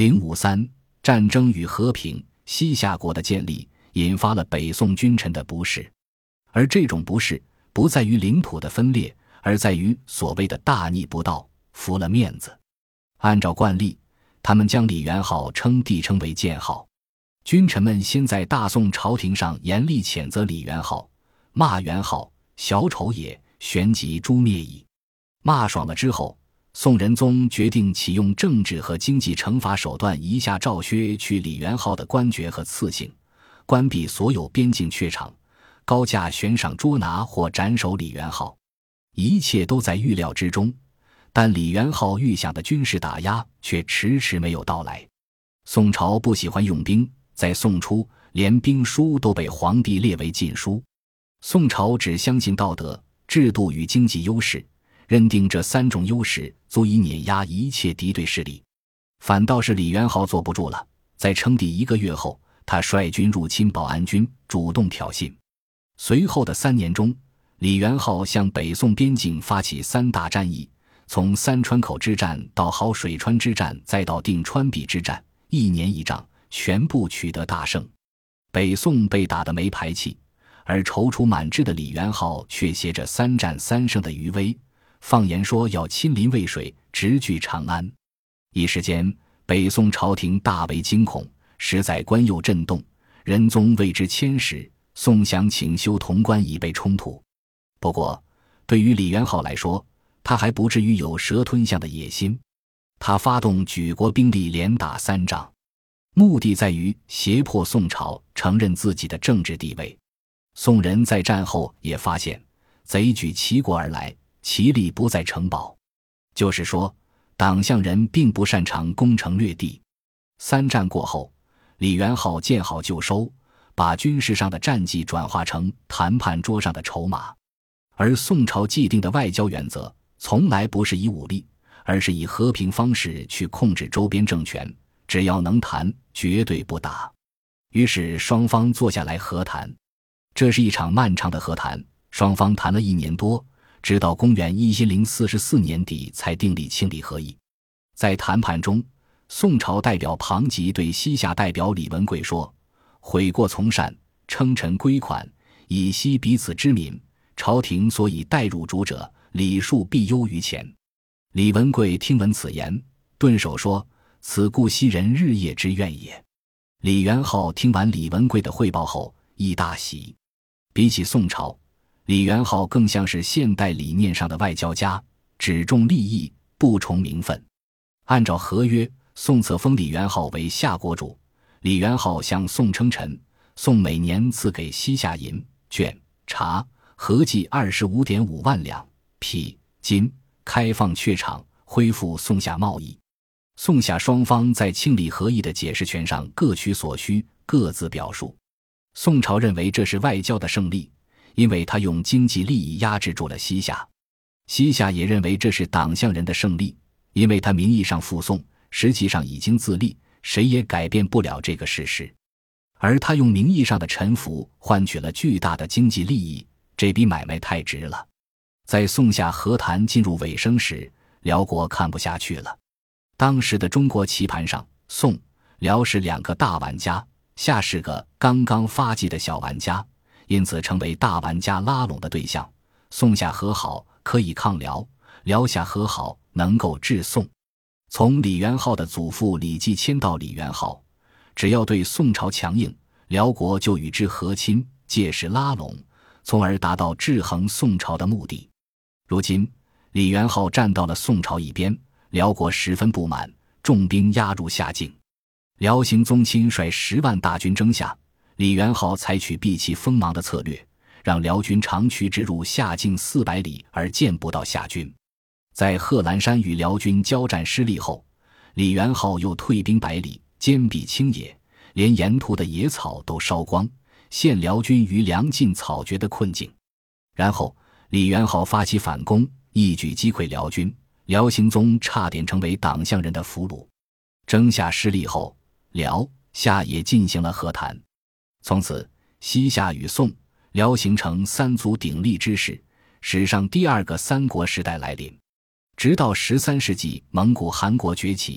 053战争与和平，西夏国的建立引发了北宋君臣的不适，而这种不适不在于领土的分裂，而在于所谓的大逆不道，服了面子。按照惯例，他们将李元昊帝称为建昊。君臣们先在大宋朝廷上严厉谴责李元昊，骂元昊小丑也，旋即诛灭矣。骂爽了之后，宋仁宗决定启用政治和经济惩罚手段，一下诏削去李元昊的官爵和赐姓，关闭所有边境榷场，高价悬赏捉拿或斩首李元昊。一切都在预料之中，但李元昊预想的军事打压却迟迟没有到来。宋朝不喜欢用兵，在宋初连兵书都被皇帝列为禁书。宋朝只相信道德、制度与经济优势，认定这3种优势足以碾压一切敌对势力。反倒是李元昊坐不住了，在称帝1个月后，他率军入侵保安军，主动挑衅。随后的3年中，李元昊向北宋边境发起3大战役，从三川口之战到好水川之战，再到定川壁之战，1年1仗，全部取得大胜。北宋被打得没排气，而踌躇满志的李元昊却携着3战3胜的余威，放言说要亲临渭水，直据长安。一时间，北宋朝廷大为惊恐，实在官右震动，仁宗为之遣使，宋降请修潼关，以备冲突。不过，对于李元昊来说，他还不至于有蛇吞象的野心。他发动举国兵力连打3仗，目的在于胁迫宋朝承认自己的政治地位。宋人在战后也发现，贼举齐国而来，其力不在城堡，就是说，党项人并不擅长攻城略地。3战过后，李元昊见好就收，把军事上的战绩转化成谈判桌上的筹码。而宋朝既定的外交原则，从来不是以武力，而是以和平方式去控制周边政权，只要能谈，绝对不打。于是双方坐下来和谈。这是一场漫长的和谈，双方谈了1年多，直到公元1044年底才订立清理和议。在谈判中，宋朝代表庞吉对西夏代表李文贵说：“悔过从善，称臣归款，以息彼此之民。朝廷所以待入主者，礼数必优于前。”李文贵听闻此言，顿首说：“此故昔人日夜之愿也。”李元昊听完李文贵的汇报后，亦大喜。比起宋朝，李元昊更像是现代理念上的外交家，只重利益，不崇名分。按照合约，宋册封李元昊为夏国主，李元昊向宋称臣，宋每年赐给西夏银、绢、茶合计25.5万两，匹、金，开放榷场，恢复宋夏贸易。宋夏双方在清理和议的解释权上各取所需，各自表述。宋朝认为这是外交的胜利，因为他用经济利益压制住了西夏。西夏也认为这是党项人的胜利，因为他名义上附宋，实际上已经自立，谁也改变不了这个事实。而他用名义上的臣服换取了巨大的经济利益，这笔买卖太值了。在宋夏和谈进入尾声时，辽国看不下去了。当时的中国棋盘上，宋、辽是2个大玩家，夏是个刚刚发迹的小玩家，因此成为大玩家拉拢的对象。宋夏和好可以抗辽，辽夏和好能够制宋。从李元昊的祖父李继迁到李元昊，只要对宋朝强硬，辽国就与之和亲，借势拉拢，从而达到制衡宋朝的目的。如今李元昊站到了宋朝一边，辽国十分不满，重兵压入夏境。辽行宗亲率10万大军征夏，李元昊采取避其锋芒的策略，让辽军长驱直入夏境400里而见不到夏军。在贺兰山与辽军交战失利后，李元昊又退兵100里，坚壁清野，连沿途的野草都烧光，陷辽军于粮尽草绝的困境。然后李元昊发起反攻，一举击溃辽军，辽行宗差点成为党项人的俘虏。征夏失利后，辽、夏也进行了和谈。从此西夏与宋、辽形成3足鼎立之势，史上第2个三国时代来临。直到13世纪蒙古汗国崛起，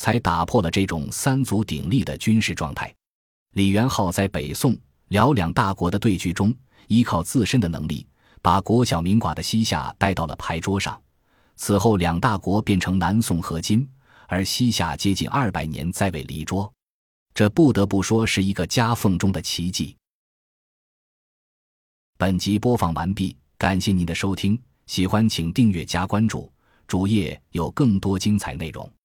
才打破了这种三足鼎立的军事状态。李元昊在北宋、辽两大国的对局中，依靠自身的能力，把国小民寡的西夏带到了牌桌上。此后两大国变成南宋合金，而西夏接近200年再未离桌，这不得不说是一个夹缝中的奇迹。本集播放完毕，感谢您的收听，喜欢请订阅加关注，主页有更多精彩内容。